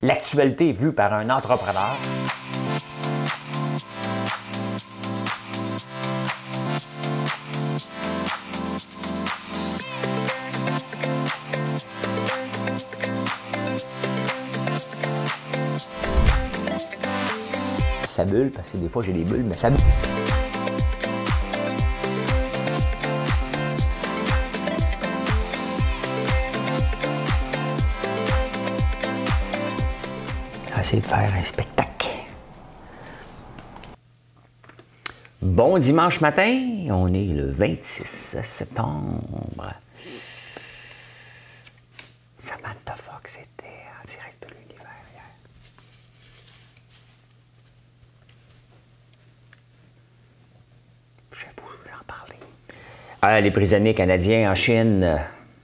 l'actualité vue par un entrepreneur. Ça bulle, parce que des fois j'ai des bulles, mais ça bulle. Essayer de faire un spectacle. Bon dimanche matin, on est le 26 septembre. Samantha Fox était en direct de l'univers hier. Je vais vous en parler. Les prisonniers canadiens en Chine.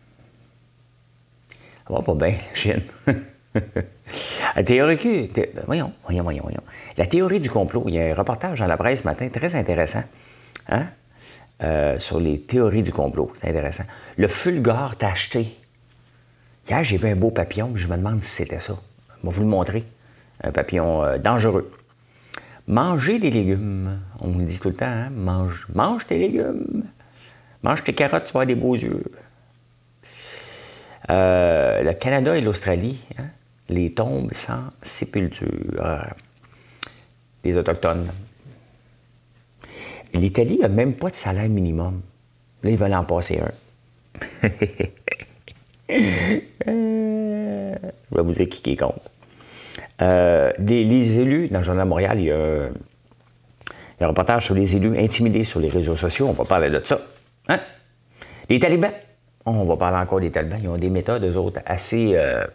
Ça va pas bien, Chine. La théorie, voyons. La théorie du complot, il y a un reportage dans la presse ce matin très intéressant sur les théories du complot. C'est intéressant. Le Fulgore t'a acheté. Hier, j'ai vu un beau papillon, je me demande si c'était ça. Je vais vous le montrer. Un papillon dangereux. Manger des légumes. On me dit tout le temps, hein? Mange tes légumes. Mange tes carottes, tu vas avoir des beaux yeux. Le Canada et l'Australie, hein? Les tombes sans sépulture des Autochtones. L'Italie n'a même pas de salaire minimum. Là, ils veulent en passer un. Je vais vous dire qui compte. Les élus, dans le Journal de Montréal, il y a un reportage sur les élus intimidés sur les réseaux sociaux. On va parler de ça. Hein? Les talibans. On va parler encore des talibans. Ils ont des méthodes, eux autres, assez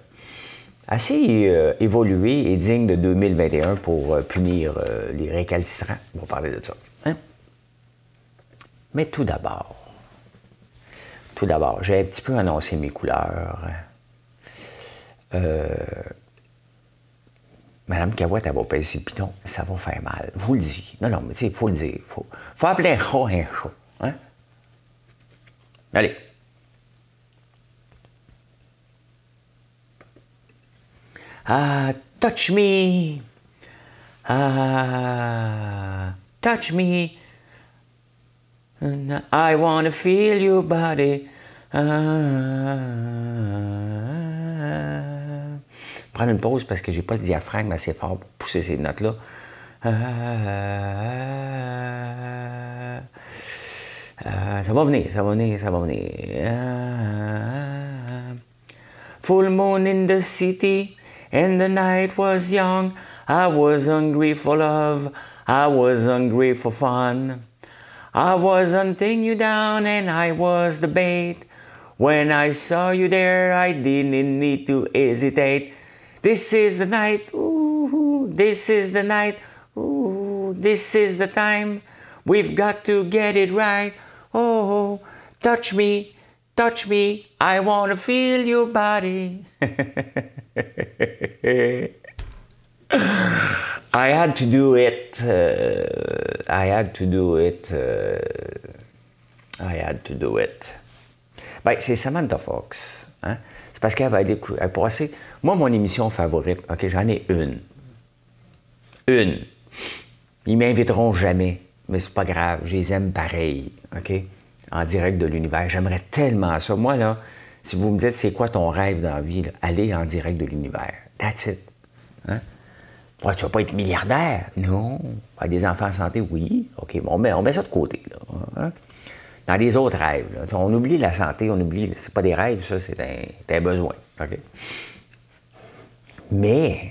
évoluées et dignes de 2021 pour punir les récalcitrants. On va parler de ça. Hein? Mais tout d'abord, j'ai un petit peu annoncé mes couleurs. Madame Cahouette, elle va passer le piton. Ça va faire mal. Je vous le dis. Non, mais tu sais, il faut le dire. Faut appeler un chat. Hein? Allez. Touch me. Touch me. I wanna feel your body. Prendre une pause parce que j'ai pas le diaphragme assez fort pour pousser ces notes-là. Ça va venir. Full moon in the city, and the night was young. I was hungry for love, I was hungry for fun. I was hunting you down and I was the bait. When I saw you there, I didn't need to hesitate. This is the night, ooh, this is the night, ooh, this is the time. We've got to get it right. Oh, touch me, I want to feel your body. I had to do it. Ben, c'est Samantha Fox. Hein? C'est parce qu'elle va aller passer. Moi, mon émission favorite, OK, j'en ai une. Ils m'inviteront jamais, mais c'est pas grave, je les aime pareil, OK? En direct de l'univers. J'aimerais tellement ça. Moi, là, si vous me dites c'est quoi ton rêve dans la vie, là, aller en direct de l'univers. That's it. Hein? Ouais, tu vas pas être milliardaire? Non. Avoir des enfants en santé? Oui. OK, bon, on met ça de côté, là. Hein? Dans les autres rêves, là, on oublie la santé, c'est pas des rêves, ça, c'est un besoin. OK? Mais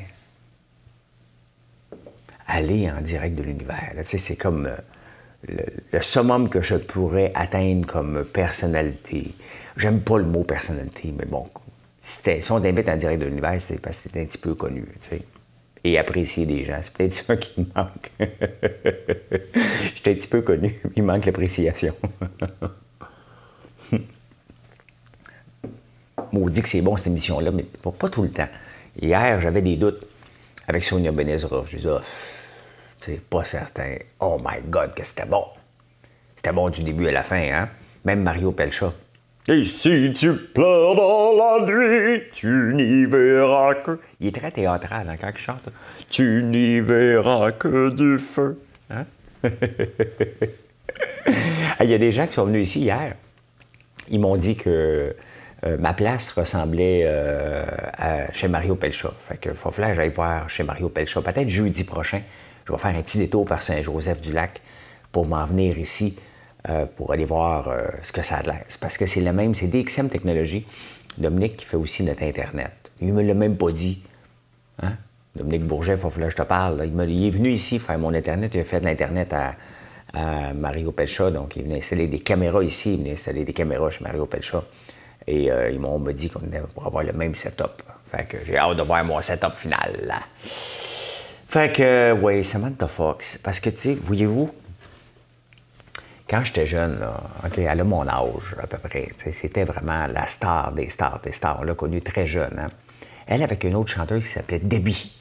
aller en direct de l'univers, c'est comme le summum que je pourrais atteindre comme personnalité. J'aime pas le mot personnalité, mais bon, si on t'invite en direct de l'univers, c'est parce que t'es un petit peu connu, tu sais, et apprécié des gens. C'est peut-être ça qui me manque. J'étais un petit peu connu, il manque l'appréciation. Maudit que c'est bon cette émission-là, mais pas tout le temps. Hier, j'avais des doutes avec Sonia Benezra. Je disais, c'est pas certain. Oh my God, que c'était bon. C'était bon du début à la fin, hein? Même Mario Pelcha. Et si tu pleures dans la nuit, tu n'y verras que... Il est très théâtral hein, quand il chante. Tu n'y verras que du feu. Hein? Il y a des gens qui sont venus ici hier. Ils m'ont dit que ma place ressemblait chez Mario Pelcha. Fait que faut falloir que j'aille voir chez Mario Pelcha. Peut-être jeudi prochain, je vais faire un petit détour par Saint-Joseph-du-Lac pour m'en venir ici pour aller voir ce que ça a l'air. C'est parce que c'est le même, c'est DXM Technologies. Dominique qui fait aussi notre Internet. Il ne me l'a même pas dit. Hein? Dominique Bourget, il faut que je te parle. Il est venu ici faire mon Internet. Il a fait de l'Internet à Mario Pelcha. Donc, il venait installer des caméras ici. Il venait installer des caméras chez Mario Pelcha. Et ils m'ont dit qu'on était pour avoir le même setup. Fait que j'ai hâte de voir mon setup final. Là. Fait que, oui, Samantha Fox. Parce que, tu sais, voyez-vous, quand j'étais jeune, là, OK, elle a mon âge à peu près. C'était vraiment la star des stars des stars. On l'a connue très jeune. Hein? Elle avec une autre chanteuse qui s'appelait Debbie.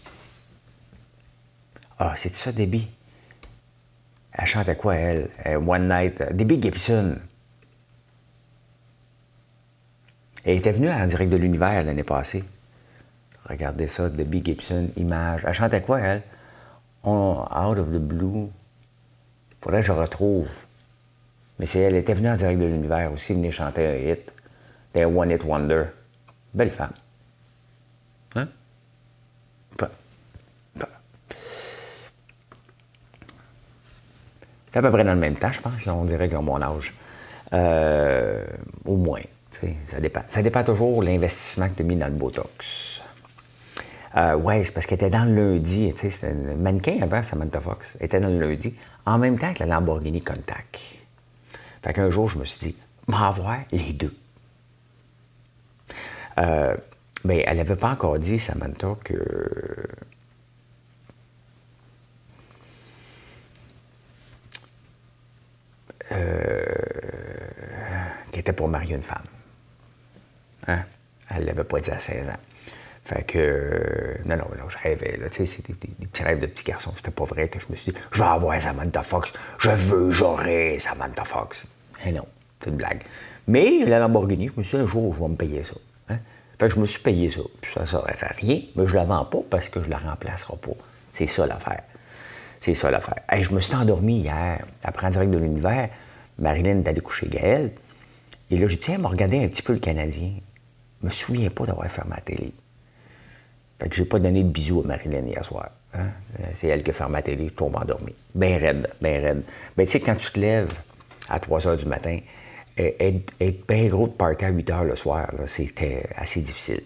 Ah, c'est ça, Debbie? Elle chantait quoi, elle? One Night. Debbie Gibson. Elle était venue en direct de l'univers l'année passée. Regardez ça, Debbie Gibson, image. Elle chantait quoi, elle? Out of the Blue. Faudrait que je retrouve. Mais elle était venue en direct de l'univers aussi, venue chanter un hit. Des One Hit Wonder. Belle femme. Hein? C'est à peu près dans le même temps, je pense. On dirait qu'ils ont mon âge. Au moins. Ça dépend. Ça dépend toujours de l'investissement que tu as mis dans le Botox. Oui, c'est parce qu'elle était dans le lundi. C'était un mannequin avant, Samantha Fox. Elle était dans le lundi, en même temps que la Lamborghini Countach. Fait qu'un jour, je me suis dit, m'en voir les deux. Mais elle n'avait pas encore dit, Samantha, que... qu'elle était pour marier une femme. Hein? Elle ne l'avait pas dit à 16 ans. Fait que... non, je rêvais. C'était des petits rêves de petit garçon. C'était pas vrai que je me suis dit, je vais avoir Samantha Fox. J'aurai Samantha Fox. Eh non, c'est une blague. Mais la Lamborghini, je me suis dit, un jour, je vais me payer ça. Hein? Fait que je me suis payé ça. Puis ça ne sert à rien, mais je la vends pas parce que je la remplacerai pas. C'est ça l'affaire. C'est ça l'affaire. Hey, je me suis endormi hier, après en direct de l'univers. Marilyn est allée coucher Gaël. Et là, j'ai dit, tiens, elle m'a regardé un petit peu le Canadien. Je me souviens pas d'avoir fermé la télé. Fait que j'ai pas donné de bisous à Marilyn hier soir. Hein? C'est elle qui a fermé la télé, je tombe endormi. Ben raide, ben raide. Ben tu sais, quand tu te lèves à 3 h du matin, être bien gros de party à 8 h le soir, là, c'était assez difficile.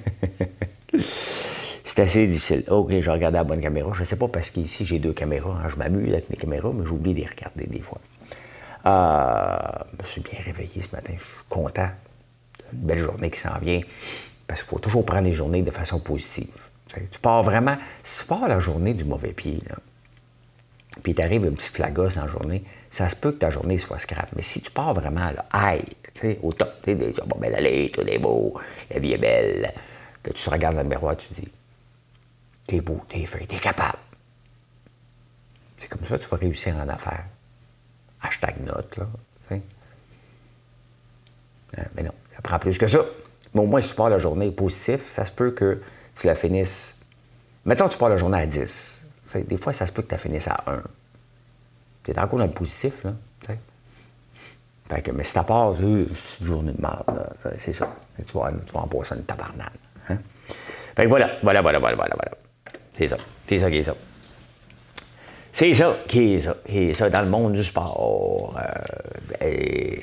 C'est assez difficile. OK, je regardais la bonne caméra. Je ne sais pas parce qu'ici, j'ai 2 caméras. Hein. Je m'amuse avec mes caméras, mais j'oublie de les regarder des fois. Je me suis bien réveillé ce matin. Je suis content. Une belle journée qui s'en vient. Parce qu'il faut toujours prendre les journées de façon positive. Tu pars vraiment... Si tu pars la journée du mauvais pied, là, puis t'arrives une petite flagosse dans la journée, ça se peut que ta journée soit scrap. Mais si tu pars vraiment, là, au top, tu sais, bon, belle allée, tout est beau, la vie est belle, que tu te regardes dans le miroir, tu te dis, t'es beau, t'es fin, t'es capable. C'est comme ça que tu vas réussir en affaires. #note, là. T'sais. Mais non, ça prend plus que ça. Mais au moins, si tu pars la journée positif, ça se peut que tu la finisses. Mettons que tu pars la journée à 10. Fait, des fois, ça se peut que tu la finisses à 1. Tu es encore dans le positif, là. Fait que, mais si tu pars, c'est une journée de merde, c'est ça. Tu vas en passer une tabarnane. Hein? Fait que voilà. C'est ça. C'est ça qui est ça. C'est ça qui est ça. Et ça, dans le monde du sport. Il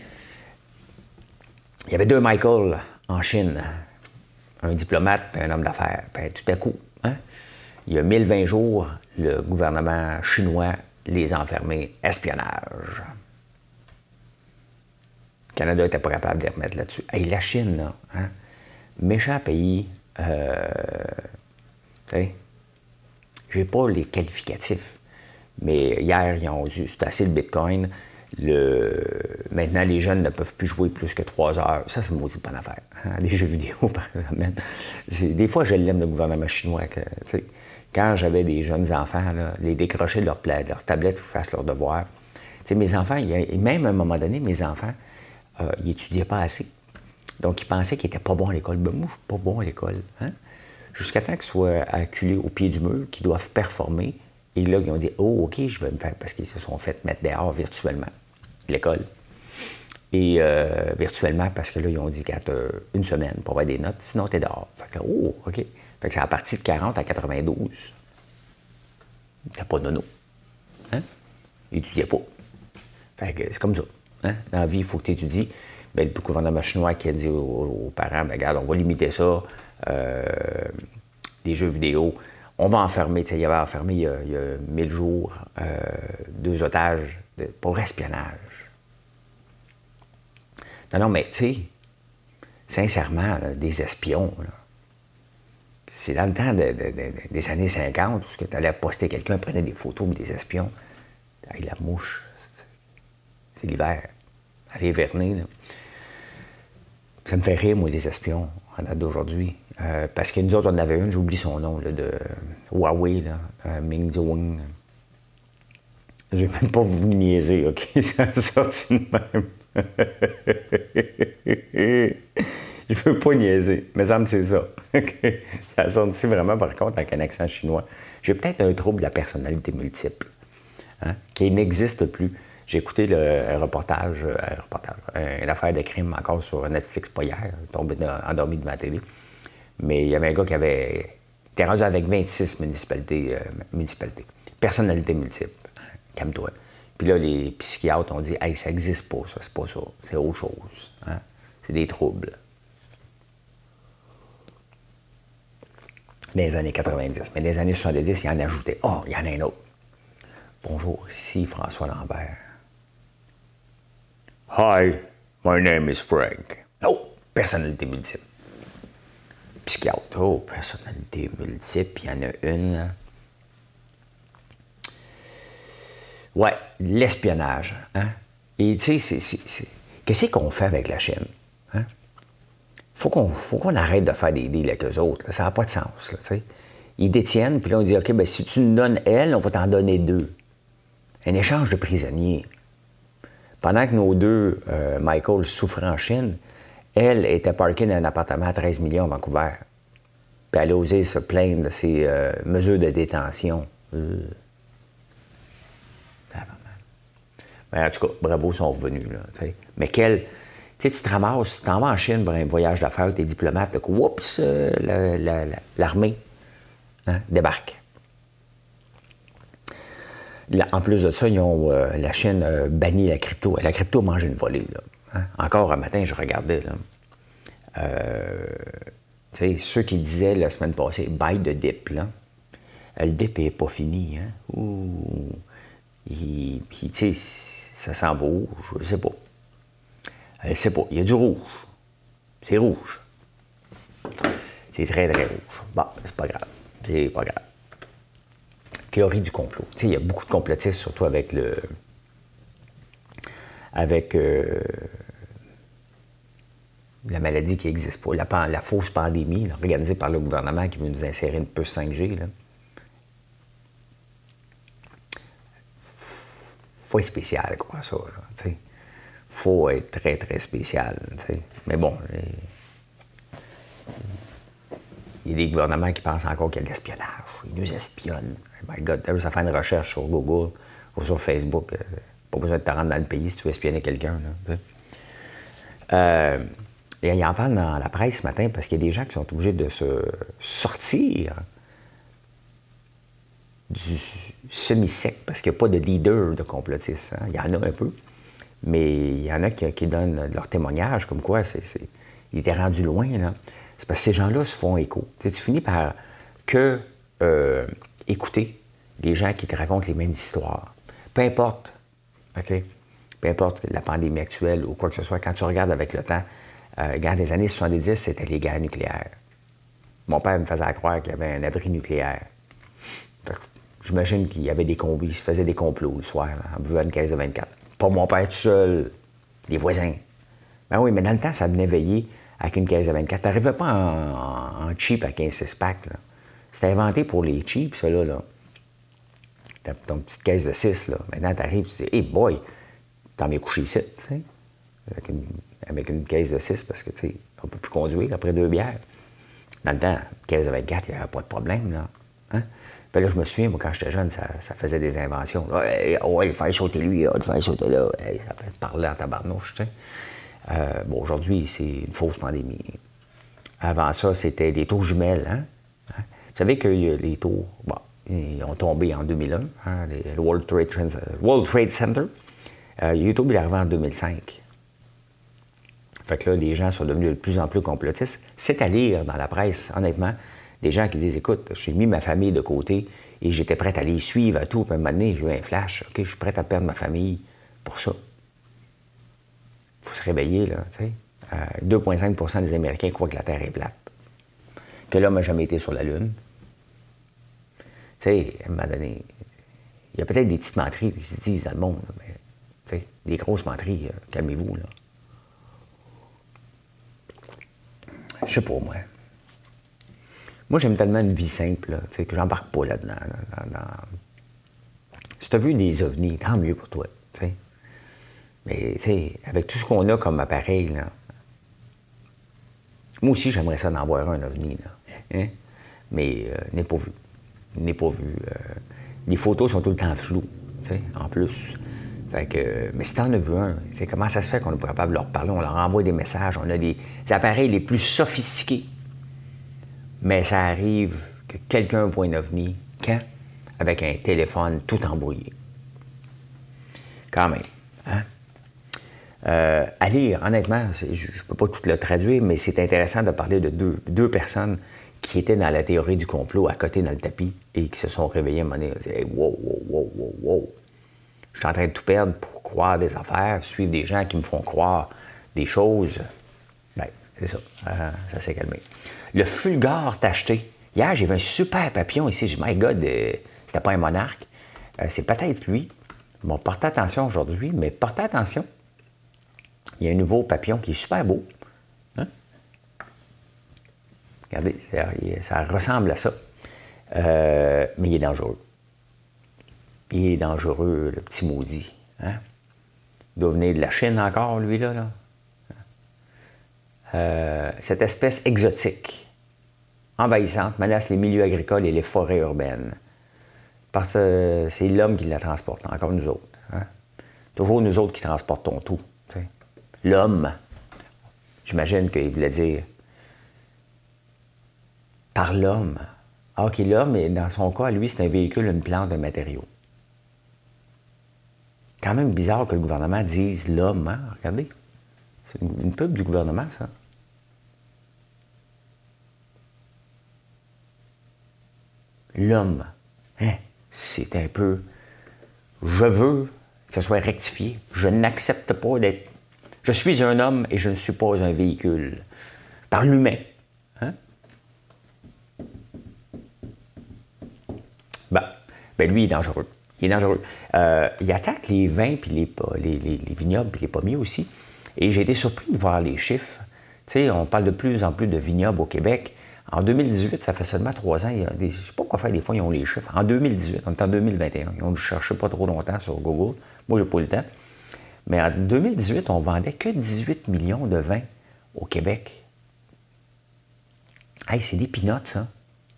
y avait 2 Michael en Chine, un diplomate et un homme d'affaires. Puis, tout à coup, hein, il y a 1020 jours, le gouvernement chinois les a enfermés espionnage. Le Canada n'était pas capable de les remettre là-dessus. Et la Chine, là, hein, méchant pays, tu sais, j'ai pas les qualificatifs, mais hier, ils ont dû, c'est assez le Bitcoin. Maintenant, les jeunes ne peuvent plus jouer plus que 3 heures. Ça, c'est une maudite bonne affaire. Hein? Les jeux vidéo, par exemple. Des fois, je l'aime, le gouvernement chinois. Quand j'avais des jeunes enfants, là, les décrocher de leur tablette pour qu'ils fassent leurs devoirs. T'sais, mes enfants, même à un moment donné, mes enfants, il n'étudiait pas assez. Donc, il pensait qu'il n'était pas bon à l'école. Ben, moi, je ne suis pas bon à l'école. Hein? Jusqu'à temps qu'ils soient acculés au pied du mur, qu'ils doivent performer. Et là, ils ont dit, oh, OK, je vais me faire, parce qu'ils se sont fait mettre dehors virtuellement, l'école. Et virtuellement, parce que là, ils ont dit qu'il y a une semaine pour avoir des notes, sinon, t'es dehors. Fait que là, oh, OK. Fait que c'est à partir de 40 à 92. T'as pas nono. Hein? Il n'étudiait pas. Fait que c'est comme ça. Hein? Dans la vie, il faut que tu étudies. Ben, le gouvernement chinois qui a dit aux parents, ben, regarde, on va limiter ça, les jeux vidéo. On va enfermer, il y avait enfermé il y a 1000 jours 2 otages pour espionnage. Non, mais tu sais, sincèrement, là, des espions, là, c'est dans le temps des années 50 où tu allais poster quelqu'un, prenait des photos des espions. Hey, la mouche, c'est l'hiver. Elle est hivernée, là. Ça me fait rire, moi, les espions, en date d'aujourd'hui. Parce que nous autres, on en avait une, j'oublie son nom, là, de Huawei, là, Ming Zhong. Je vais même pas vous niaiser, OK? Ça a sorti de même. Je veux pas niaiser, mais ça me c'est ça. Okay? Ça a sorti vraiment, par contre, avec un accent chinois. J'ai peut-être un trouble de la personnalité multiple, hein, qui n'existe plus. J'ai écouté un reportage, une affaire de crime encore sur Netflix, pas hier, tombé endormi devant la télé. Mais il y avait un gars qui était rendu avec 26 municipalités. Personnalités multiples. Calme-toi. Puis là, les psychiatres ont dit, hey, ça n'existe pas, ça, c'est pas ça, c'est autre chose. Hein? C'est des troubles. Dans les années 90. Mais dans les années 70, il en ajoutait. Oh, il y en a un autre. Bonjour, ici François Lambert. Hi, my name is Frank. Oh, personnalité multiple. Psychiatre. Oh, personnalité multiple, il y en a une. Ouais, l'espionnage. Hein? Et tu sais, qu'est-ce qu'on fait avec la Chine? Hein? Faut qu'on arrête de faire des deals avec eux autres. Là. Ça n'a pas de sens. Là, t'sais. Ils détiennent, puis là, on dit, OK, ben, si tu nous donnes elle, on va t'en donner 2. Un échange de prisonniers. Pendant que nos 2, Michael, souffraient en Chine, elle était parkée dans un appartement à 13 millions à Vancouver. Puis elle a osé se plaindre de ses mesures de détention. Ben, en tout cas, bravo, ils sont revenus. Là, t'sais. Mais quel... Tu sais, tu te ramasses, tu t'en vas en Chine pour un voyage d'affaires, t'es diplomate, là, oups, l'armée débarque. Là, en plus de ça, la Chine a banni la crypto. La crypto a mangé une volée. Là, hein? Encore un matin, je regardais. Là, ceux qui disaient la semaine passée, buy the dip, là, le dip n'est pas fini. Hein? Ouh. Puis, tu sais, ça s'en va rouge, je sais pas. Je sais pas, il y a du rouge. C'est rouge. C'est très, très rouge. Bon, c'est pas grave. C'est pas grave. Théorie du complot. Tu sais, il y a beaucoup de complotistes, surtout avec la maladie qui n'existe pas, la fausse pandémie là, organisée par le gouvernement qui veut nous insérer une puce 5G. Là. Faut être spécial, quoi, ça. Là, faut être très, très spécial. T'sais. Mais bon, il y a des gouvernements qui pensent encore qu'il y a de l'espionnage. Ils nous espionnent. Oh my God, ça fait une recherche sur Google ou sur Facebook. Pas besoin de te rendre dans le pays si tu veux espionner quelqu'un. Et il en parle dans la presse ce matin parce qu'il y a des gens qui sont obligés de se sortir du semi-sec parce qu'il n'y a pas de leader de complotistes. Hein. Il y en a un peu, mais il y en a qui donnent leur témoignage comme quoi il était rendu loin. Là. C'est parce que ces gens-là se font écho. Tu finis par écouter les gens qui te racontent les mêmes histoires. Peu importe, OK? Peu importe la pandémie actuelle ou quoi que ce soit, quand tu regardes avec le temps, regarde, les années 70, c'était les guerres nucléaires. Mon père me faisait croire qu'il y avait un abri nucléaire. J'imagine qu'il y avait des combis, il se faisait des complots le soir, là, en buvant une caisse de 24. Pas mon père tout seul, les voisins. Ben oui, mais dans le temps, ça venait veiller avec une caisse de 24. Tu n'arrivais pas en cheap avec un 6-pack. C'était inventé pour les cheap, ça là. T'as ton petite caisse de 6, là. Maintenant, tu arrives, tu dis, hey boy, t'en viens coucher ici, tu sais. avec une caisse de 6 parce que, tu sais, on ne peut plus conduire après 2 bières. Dans le temps, une caisse de 24, il n'y avait pas de problème, là. Hein? Puis là, je me souviens, moi, quand j'étais jeune, ça faisait des inventions. Ouais, faire sauter lui, faire sauter là. Hey, ça peut parler en tabarnouche, tu sais. Bon, aujourd'hui, c'est une fausse pandémie. Avant ça, c'était des tours jumelles, hein? Vous savez que les tours, bon, ils ont tombé en 2001, hein, le World Trade Center. YouTube est arrivé en 2005. Fait que là, les gens sont devenus de plus en plus complotistes. C'est à lire dans la presse, honnêtement, des gens qui disent, écoute, j'ai mis ma famille de côté et j'étais prêt à les suivre à tout. Puis à un moment donné, j'ai eu un flash. OK, je suis prêt à perdre ma famille pour ça. Il faut se réveiller, là, tu sais. 2,5 des Américains croient que la Terre est plate. Que l'homme n'a jamais été sur la Lune. Tu sais, à un moment donné, il y a peut-être des petites menteries qui se disent dans le monde, mais tu sais, des grosses menteries, calmez-vous, là. Je sais pas, moi. Moi, j'aime tellement une vie simple, là, tu sais, que j'embarque pas là-dedans. Si tu as vu des ovnis, tant mieux pour toi, tu sais. Mais, tu sais, avec tout ce qu'on a comme appareil, là, moi aussi, j'aimerais ça d'en voir un ovni, là. Hein? Mais, n'est pas vu. N'est pas vu. Les photos sont tout le temps floues, tu sais, en plus. Fait que, mais si t'en as vu un, fait, comment ça se fait qu'on n'est pas capable de leur parler? On leur envoie des messages, on a des appareils les plus sophistiqués. Mais ça arrive que quelqu'un voit un ovni, quand? Avec un téléphone tout embrouillé. Quand même. Hein? À lire, honnêtement, je ne peux pas tout le traduire, mais c'est intéressant de parler de deux personnes qui étaient dans la théorie du complot à côté dans le tapis et qui se sont réveillés à un moment donné. Hey, wow, wow, wow, wow, wow. Je suis en train de tout perdre pour croire des affaires, suivre des gens qui me font croire des choses. Bien, c'est ça. Ça s'est calmé. Le Fulgore tacheté. Hier, j'ai vu un super papillon ici. J'ai dit, my God, c'était pas un monarque. C'est peut-être lui. Bon, portez attention aujourd'hui, mais portez attention. Il y a un nouveau papillon qui est super beau. Hein? Regardez, ça ressemble à ça. Mais il est dangereux. Il est dangereux, le petit maudit. Hein? Il doit venir de la Chine encore, lui, là. Cette espèce exotique, envahissante, menace les milieux agricoles et les forêts urbaines. Parce que c'est l'homme qui la transporte, encore nous autres. Hein? Toujours nous autres qui transportons tout. T'sais. L'homme, j'imagine qu'il voulait dire par l'homme. Ah, OK, l'homme, dans son cas, lui, c'est un véhicule, une plante, un matériau. Quand même bizarre que le gouvernement dise l'homme, hein? Regardez. C'est une pub du gouvernement, ça. L'homme. Hein? C'est un peu... Je veux que ce soit rectifié. Je n'accepte pas d'être... Je suis un homme et je ne suis pas un véhicule. Par l'humain. Hein? Ben lui, il est dangereux. Il est dangereux. Il attaque les vins, puis les vignobles, puis les pommiers aussi. Et j'ai été surpris de voir les chiffres. Tu sais, on parle de plus en plus de vignobles au Québec. En 2018, ça fait seulement 3 ans, je ne sais pas quoi faire, des fois, ils ont les chiffres. En 2018, on est en 2021, ils ont dû chercher pas trop longtemps sur Google. Moi, je n'ai pas eu le temps. Mais en 2018, on vendait que 18 millions de vins au Québec. Hey, c'est des pinottes, ça.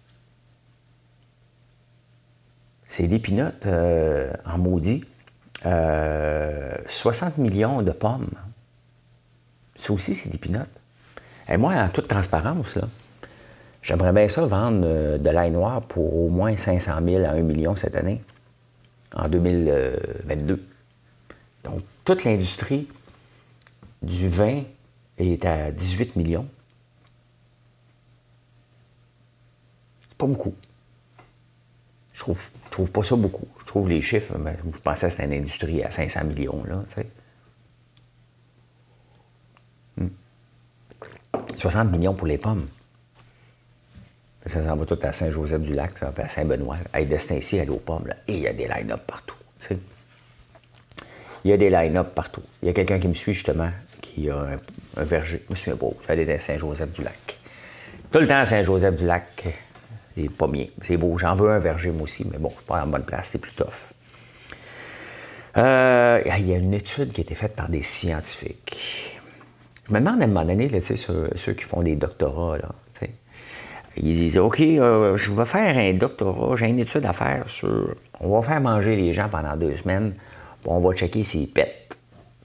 C'est des pinottes en maudit. 60 millions de pommes. Ça aussi, c'est des pinottes. Et moi, en toute transparence, là, j'aimerais bien ça vendre de l'ail noir pour au moins 500 000 à 1 million cette année, en 2022. Donc, toute l'industrie du vin est à 18 millions. C'est pas beaucoup. Je trouve pas ça beaucoup. Je trouve les chiffres, mais je pensais que c'était une industrie à 500 millions, là, tu sais. 60 millions pour les pommes. Ça s'en va tout à Saint-Joseph-du-Lac, ça, à Saint-Benoît. Hey, de ce temps-ci, aller aux pommes, là, et il y a des line-up partout. Tu sais. Il y a des line-up partout. Il y a quelqu'un qui me suit, justement, qui a un verger. Je me souviens pas, ça allait à Saint-Joseph-du-Lac. Tout le temps à Saint-Joseph-du-Lac, les pommiers. C'est beau. J'en veux un verger, moi aussi, mais bon, c'est pas en bonne place, c'est plus tough. Il y a une étude qui a été faite par des scientifiques. Je me demande à un moment donné, là, ceux qui font des doctorats, là, ils disent, OK, je vais faire un doctorat, j'ai une étude à faire sur... On va faire manger les gens pendant 2 semaines, puis on va checker s'ils pètent.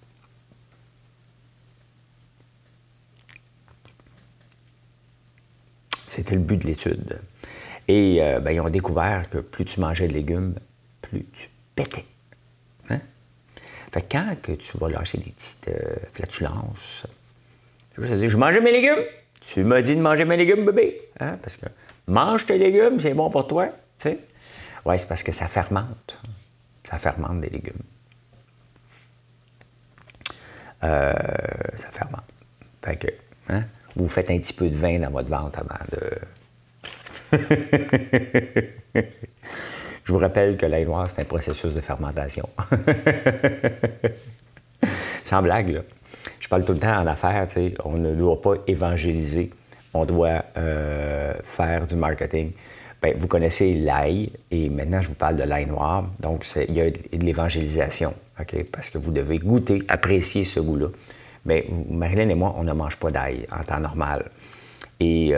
C'était le but de l'étude. Et ils ont découvert que plus tu mangeais de légumes, plus tu pétais. Hein? Fait que quand que tu vas lâcher des petites flatulences, je mangeais mes légumes. Tu m'as dit de manger mes légumes, bébé. Hein? Parce que mange tes légumes, c'est bon pour toi. Oui, c'est parce que ça fermente. Ça fermente des légumes. Ça fermente. Fait que, hein? Vous faites un petit peu de vin dans votre ventre avant de... Je vous rappelle que l'ail noir, c'est un processus de fermentation. Sans blague, là. Je parle tout le temps en affaires, tu sais, on ne doit pas évangéliser, on doit faire du marketing. Bien, vous connaissez l'ail, et maintenant je vous parle de l'ail noir, donc il y a de l'évangélisation, OK? Parce que vous devez goûter, apprécier ce goût-là. Mais Marilyn et moi, on ne mange pas d'ail en temps normal. Et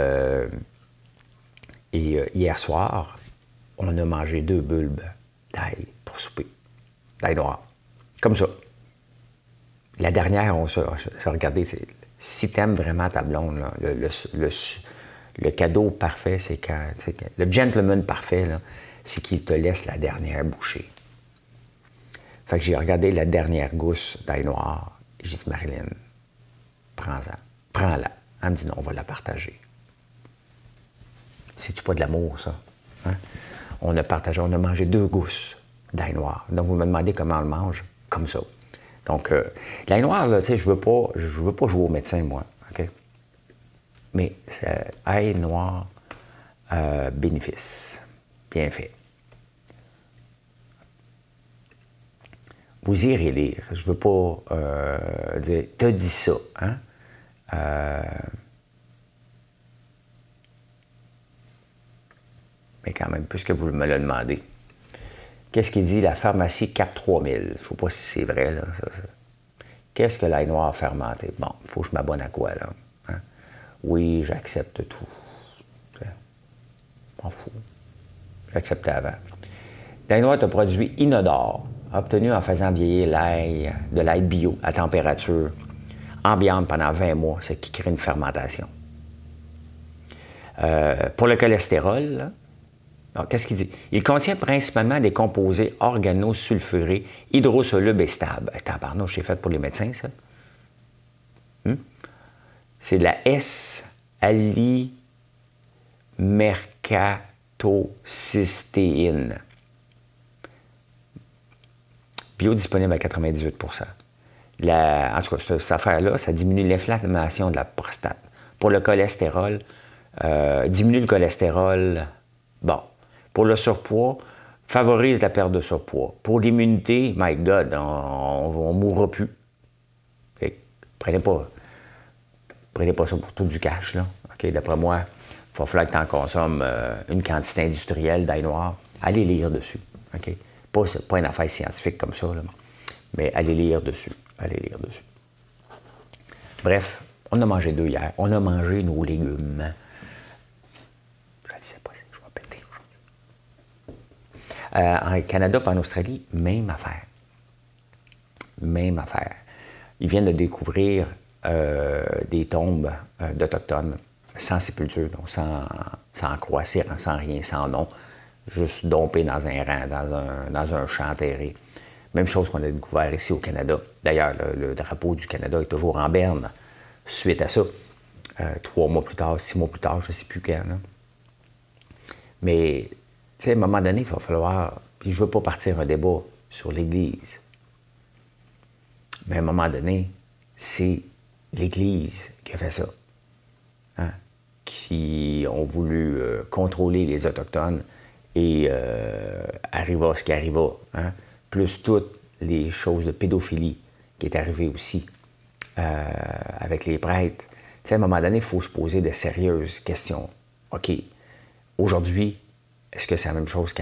hier soir, on a mangé 2 bulbes d'ail pour souper, d'ail noir, comme ça. La dernière, on se regardait, si t'aimes vraiment ta blonde, là, le cadeau parfait, c'est quand... Le gentleman parfait, c'est qu'il te laisse la dernière bouchée. Fait que j'ai regardé la dernière gousse d'ail noir, et j'ai dit, Marilyn, prends-la. Elle me dit, non, on va la partager. C'est-tu pas de l'amour, ça? Hein? On a mangé 2 gousses d'ail noir. Donc, vous me demandez comment on le mange? Comme ça. Donc, l'ail noir, là, tu sais, je veux pas jouer au médecin, moi, OK? Mais c'est ail noir, bénéfice. Bien fait. Vous irez lire. Je veux pas dire, t'as dit ça, hein? Mais quand même, puisque vous me le demandez. Qu'est-ce qu'il dit la pharmacie Cap 3000? Je ne sais pas si c'est vrai, là. Qu'est-ce que l'ail noir fermenté? Bon, il faut que je m'abonne à quoi, là? Hein? Oui, j'accepte tout. M'en fous. J'acceptais avant. L'ail noir est un produit inodore, obtenu en faisant vieillir de l'ail bio à température ambiante pendant 20 mois, ce qui crée une fermentation. Pour le cholestérol, là, alors, qu'est-ce qu'il dit? Il contient principalement des composés organosulfurés, hydrosolubles et stables. Tabarnouche, c'est fait pour les médecins, ça? C'est de la S-alimercatocystéine. Biodisponible à 98 En tout cas, cette affaire-là, ça diminue l'inflammation de la prostate. Pour le cholestérol, diminue le cholestérol. Bon. Pour le surpoids, favorise la perte de surpoids. Pour l'immunité, my God, on ne mourra plus. Fait que, prenez pas ça pour tout du cash, là. OK, d'après moi, il va falloir que tu en consommes une quantité industrielle d'ail noir. Allez lire dessus. OK? Pas une affaire scientifique comme ça, là, mais allez lire dessus. Allez lire dessus. Bref, on a mangé 2 hier. On a mangé nos légumes. En Canada et en Australie, même affaire. Même affaire. Ils viennent de découvrir des tombes d'Autochtones sans sépulture, donc sans croix, sans rien, sans nom, juste dompés dans un rang, dans un champ enterré. Même chose qu'on a découvert ici au Canada. D'ailleurs, le drapeau du Canada est toujours en berne suite à ça. 3 mois plus tard, 6 mois plus tard, je ne sais plus quand. Là. Mais... Tu sais, à un moment donné, il va falloir... Puis je ne veux pas partir un débat sur l'Église. Mais à un moment donné, c'est l'Église qui a fait ça. Hein? Qui ont voulu contrôler les Autochtones et arriva ce qui arriva. Hein? Plus toutes les choses de pédophilie qui est arrivée aussi avec les prêtres. Tu sais, à un moment donné, il faut se poser de sérieuses questions. OK, aujourd'hui, est-ce que c'est la même chose qu'avant?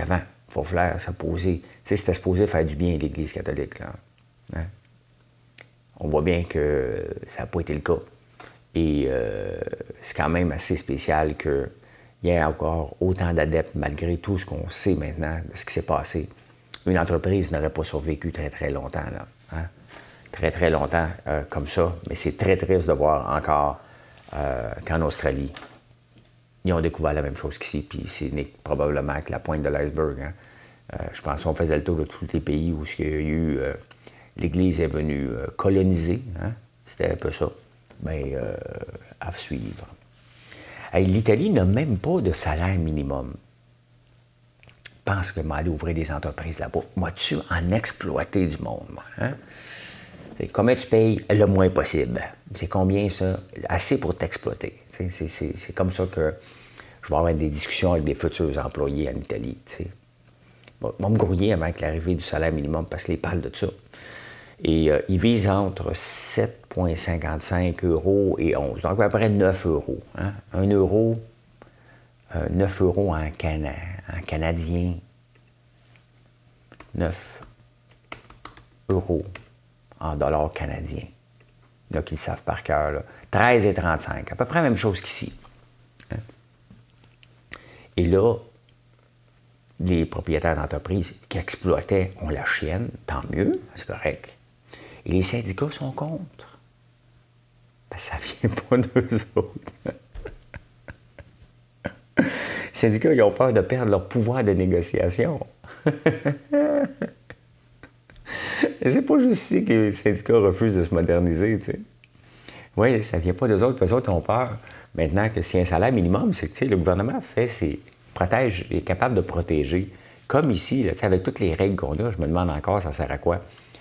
Il faut falloir se poser. Tu sais, c'était supposé faire du bien à l'Église catholique, là. Hein? On voit bien que ça n'a pas été le cas. Et c'est quand même assez spécial qu'il y ait encore autant d'adeptes, malgré tout ce qu'on sait maintenant de ce qui s'est passé. Une entreprise n'aurait pas survécu très, très longtemps, là. Hein? Très, très longtemps comme ça. Mais c'est très triste de voir encore qu'en Australie, ils ont découvert la même chose qu'ici, puis c'est probablement que la pointe de l'iceberg. Hein? Je pense qu'on faisait le tour de tous les pays où il y a eu... l'Église est venue coloniser, hein? C'était un peu ça. Mais à suivre. Hey, l'Italie n'a même pas de salaire minimum. Je pense que m'aller ouvrir des entreprises là-bas. Moi-tu en exploiter du monde, moi, hein? Combien tu payes le moins possible? C'est combien ça? Assez pour t'exploiter. C'est comme ça que je vais avoir des discussions avec des futurs employés en Italie. Ils vont me grouiller avant l'arrivée du salaire minimum parce qu'ils parlent de ça. Et ils visent entre 7,55 € et 11. Donc à peu près 9 €. Hein? 1 euro, 9 € en canadien. 9 € en dollars canadiens. Là, qu'ils savent par cœur. Là. 13,35 €. À peu près la même chose qu'ici. Hein? Et là, les propriétaires d'entreprises qui exploitaient ont la chienne, tant mieux, c'est correct. Et les syndicats sont contre. Parce que ça ne vient pas d'eux autres. Les syndicats, ils ont peur de perdre leur pouvoir de négociation. Et c'est pas juste ici que les syndicats refusent de se moderniser, tu sais. Oui, ça ne vient pas d'eux autres, eux autres ont peur. Maintenant que si un salaire minimum, c'est que le gouvernement protège, est capable de protéger. Comme ici, là, avec toutes les règles qu'on a, je me demande encore, ça sert à quoi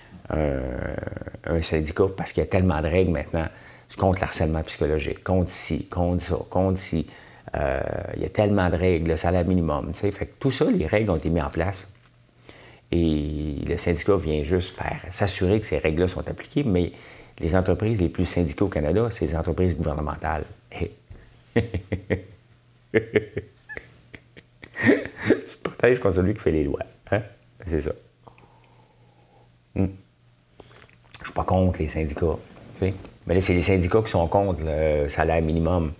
un syndicat, parce qu'il y a tellement de règles maintenant contre l'harcèlement psychologique, contre ci, contre ça, contre ci. Il y a tellement de règles, le salaire minimum, tu sais. Fait que tout ça, les règles ont été mises en place. Et le syndicat vient juste s'assurer que ces règles-là sont appliquées, mais les entreprises les plus syndiquées au Canada, c'est les entreprises gouvernementales. Tu te protèges contre celui qui fait les lois. Hein? C'est ça. Je ne suis pas contre les syndicats. Tu sais? Mais là, c'est les syndicats qui sont contre le salaire minimum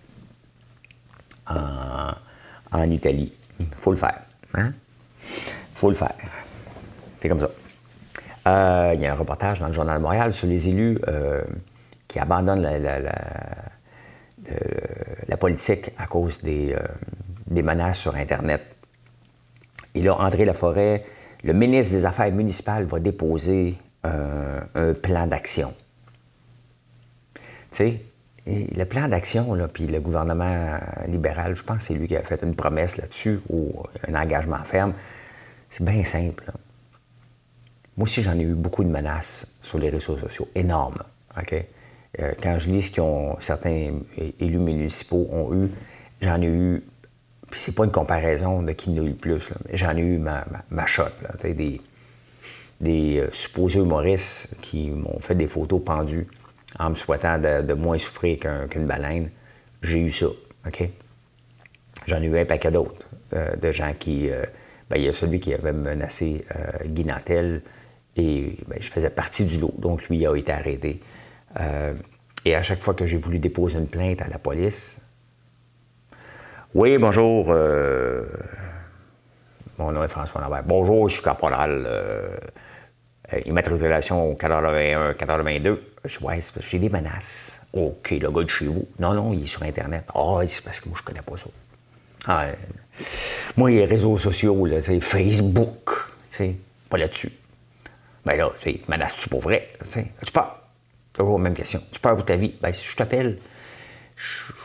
en Italie. Il faut le faire. Hein? Faut le faire. C'est comme ça. Il y a un reportage dans le Journal de Montréal sur les élus qui abandonnent la politique à cause des menaces sur Internet. Et là, André Laforêt, le ministre des Affaires municipales, va déposer un plan d'action. Tu sais, le plan d'action, puis le gouvernement libéral, je pense que c'est lui qui a fait une promesse là-dessus, ou un engagement ferme. C'est bien simple. Là. Moi aussi, j'en ai eu beaucoup de menaces sur les réseaux sociaux, énormes. Okay? Quand je lis ce que certains élus municipaux ont eu, j'en ai eu, puis c'est pas une comparaison de qui en a eu le plus, là, mais j'en ai eu ma shot. Là, des supposés humoristes qui m'ont fait des photos pendues en me souhaitant de moins souffrir qu'une baleine. J'ai eu ça. Okay? J'en ai eu un paquet d'autres, de gens qui... il y a celui qui avait menacé Guy Nantel, et je faisais partie du lot, donc lui a été arrêté. Et à chaque fois que j'ai voulu déposer une plainte à la police, oui, bonjour, mon nom est François Lambert. Bonjour, je suis caporal, immatriculation 81-82. Je dis, ouais, j'ai des menaces. OK, le gars de chez vous. Non, il est sur Internet. Ah, c'est parce que moi, je connais pas ça. Ah, moi, les réseaux sociaux, là, Facebook, pas là-dessus. Ben là, menaces-tu pour vrai? As-tu peur? Toujours la même question. Tu peur pour ta vie? Ben, si je t'appelle, je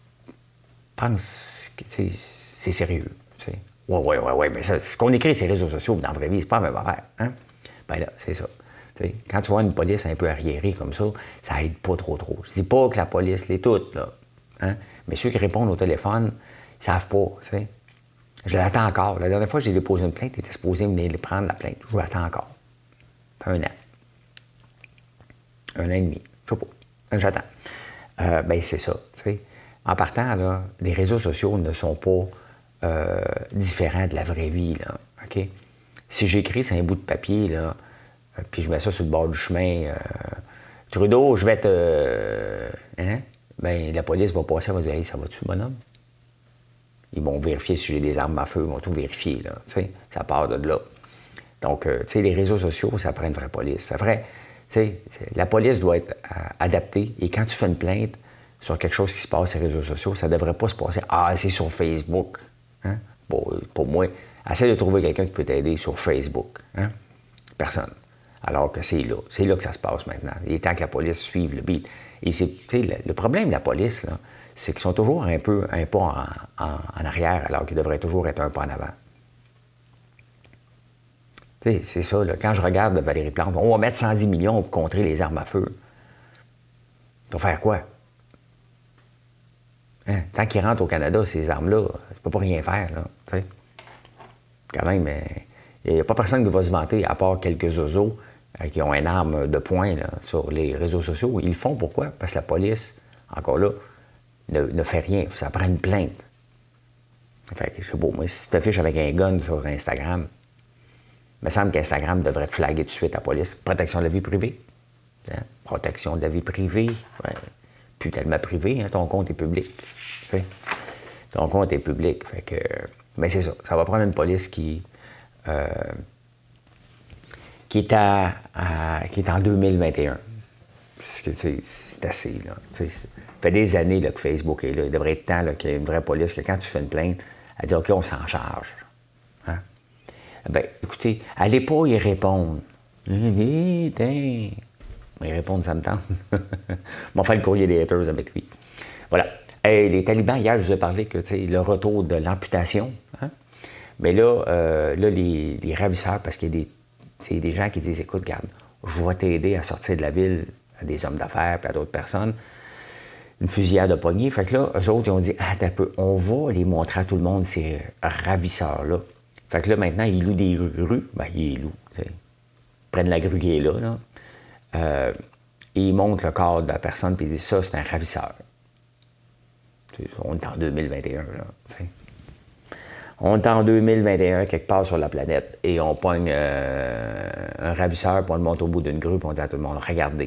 pense que c'est sérieux. T'sais. Ouais, mais ça, ce qu'on écrit sur les réseaux sociaux, dans la vraie vie, c'est pas la même affaire. Hein? Ben là, c'est ça. T'sais, quand tu vois une police un peu arriérée comme ça aide pas trop. Je dis pas que la police l'est toute, là. Hein? Mais ceux qui répondent au téléphone, ils savent pas. T'sais. Je l'attends encore. La dernière fois que j'ai déposé une plainte, il était supposé venir prendre la plainte. Je l'attends encore. Ça fait 1 an. 1 an et demi. Je sais pas. J'attends. C'est ça. T'sais. En partant, là, les réseaux sociaux ne sont pas différents de la vraie vie. Là, OK? OK? Si j'écris sur un bout de papier, là, puis je mets ça sur le bord du chemin, Trudeau, je vais te... hein? Ben, la police va passer, elle va dire, hey, ça va-tu, bonhomme? Ils vont vérifier si j'ai des armes à feu, ils vont tout vérifier, là. Tu sais, ça part de là. Donc, tu sais, les réseaux sociaux, ça prend une vraie police. Ça ferait, tu sais, la police doit être adaptée. Et quand tu fais une plainte sur quelque chose qui se passe sur les réseaux sociaux, ça ne devrait pas se passer. Ah, c'est sur Facebook. Hein? Pour moi, essaie de trouver quelqu'un qui peut t'aider sur Facebook. Hein? Personne. Alors que c'est là. C'est là que ça se passe maintenant. Il est temps que la police suive le beat. Et c'est, le problème de la police, là, c'est qu'ils sont toujours un pas en arrière, alors qu'ils devraient toujours être un pas en avant. C'est ça, là. Quand je regarde Valérie Plante, on va mettre 110 millions pour contrer les armes à feu. Tu vas faire quoi? Hein? Tant qu'ils rentrent au Canada, ces armes-là, tu peux pas rien faire, là. T'sais. Quand même, il n'y a pas personne qui va se vanter, à part quelques zozos qui ont une arme de poing là, sur les réseaux sociaux. Ils le font pourquoi? Parce que la police, encore là, ne fait rien. Ça prend une plainte. Fait que c'est beau. Moi, si tu t'affiches avec un gun sur Instagram, il me semble qu'Instagram devrait te flaguer tout de suite la police. Protection de la vie privée. Hein? Protection de la vie privée. Ouais. Plus tellement privé, hein? Ton compte est public. T'sais. Ton compte est public. Fait que, mais c'est ça. Ça va prendre une police qui est en 2021. Parce que c'est assez. Là. Ça fait des années là, que Facebook est là. Il devrait être temps qu'il y ait une vraie police, que quand tu fais une plainte, elle dit OK, on s'en charge. Hein? Ben, écoutez, allez pas y répondre. Y répondre, ça me tente. On va faire le courrier des haters avec lui. Voilà. Hey, les talibans, hier, je vous ai parlé que le retour de l'amputation. Hein? Mais là, les ravisseurs, parce qu'il y a des gens qui disent écoute, regarde, je vais t'aider à sortir de la ville, à des hommes d'affaires et à d'autres personnes. Une fusillade de poignée. Fait que là, eux autres, ils ont dit attends un peu, on va les montrer à tout le monde, ces ravisseurs-là. Fait que là, maintenant, ils louent des grues. Ben, ils louent. Ils prennent la grue qui est là. Et ils montrent le corps de la personne, puis ils disent ça, c'est un ravisseur. On est en 2021, là. T'sais. On est en 2021, quelque part sur la planète, et on pogne un ravisseur, puis on le monte au bout d'une grue, puis on dit à tout le monde regardez.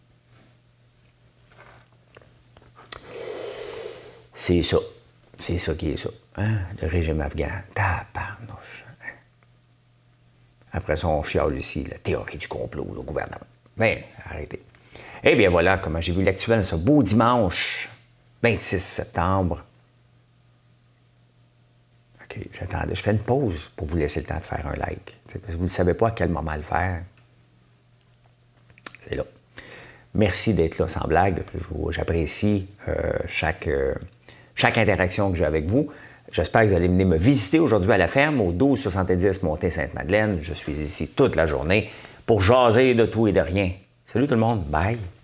C'est ça. C'est ça qui est ça. Hein? Le régime afghan. Tabarnouche. Après ça, on chiale ici la théorie du complot, le gouvernement. Mais arrêtez. Eh bien voilà comment j'ai vu l'actuel ce beau dimanche 26 septembre. OK, j'attendais. Je fais une pause pour vous laisser le temps de faire un like. Parce que vous ne savez pas à quel moment le faire. C'est là. Merci d'être là, sans blague. J'apprécie chaque interaction que j'ai avec vous. J'espère que vous allez venir me visiter aujourd'hui à la ferme, au 1270 Montée-Sainte-Madeleine. Je suis ici toute la journée pour jaser de tout et de rien. Salut tout le monde. Bye.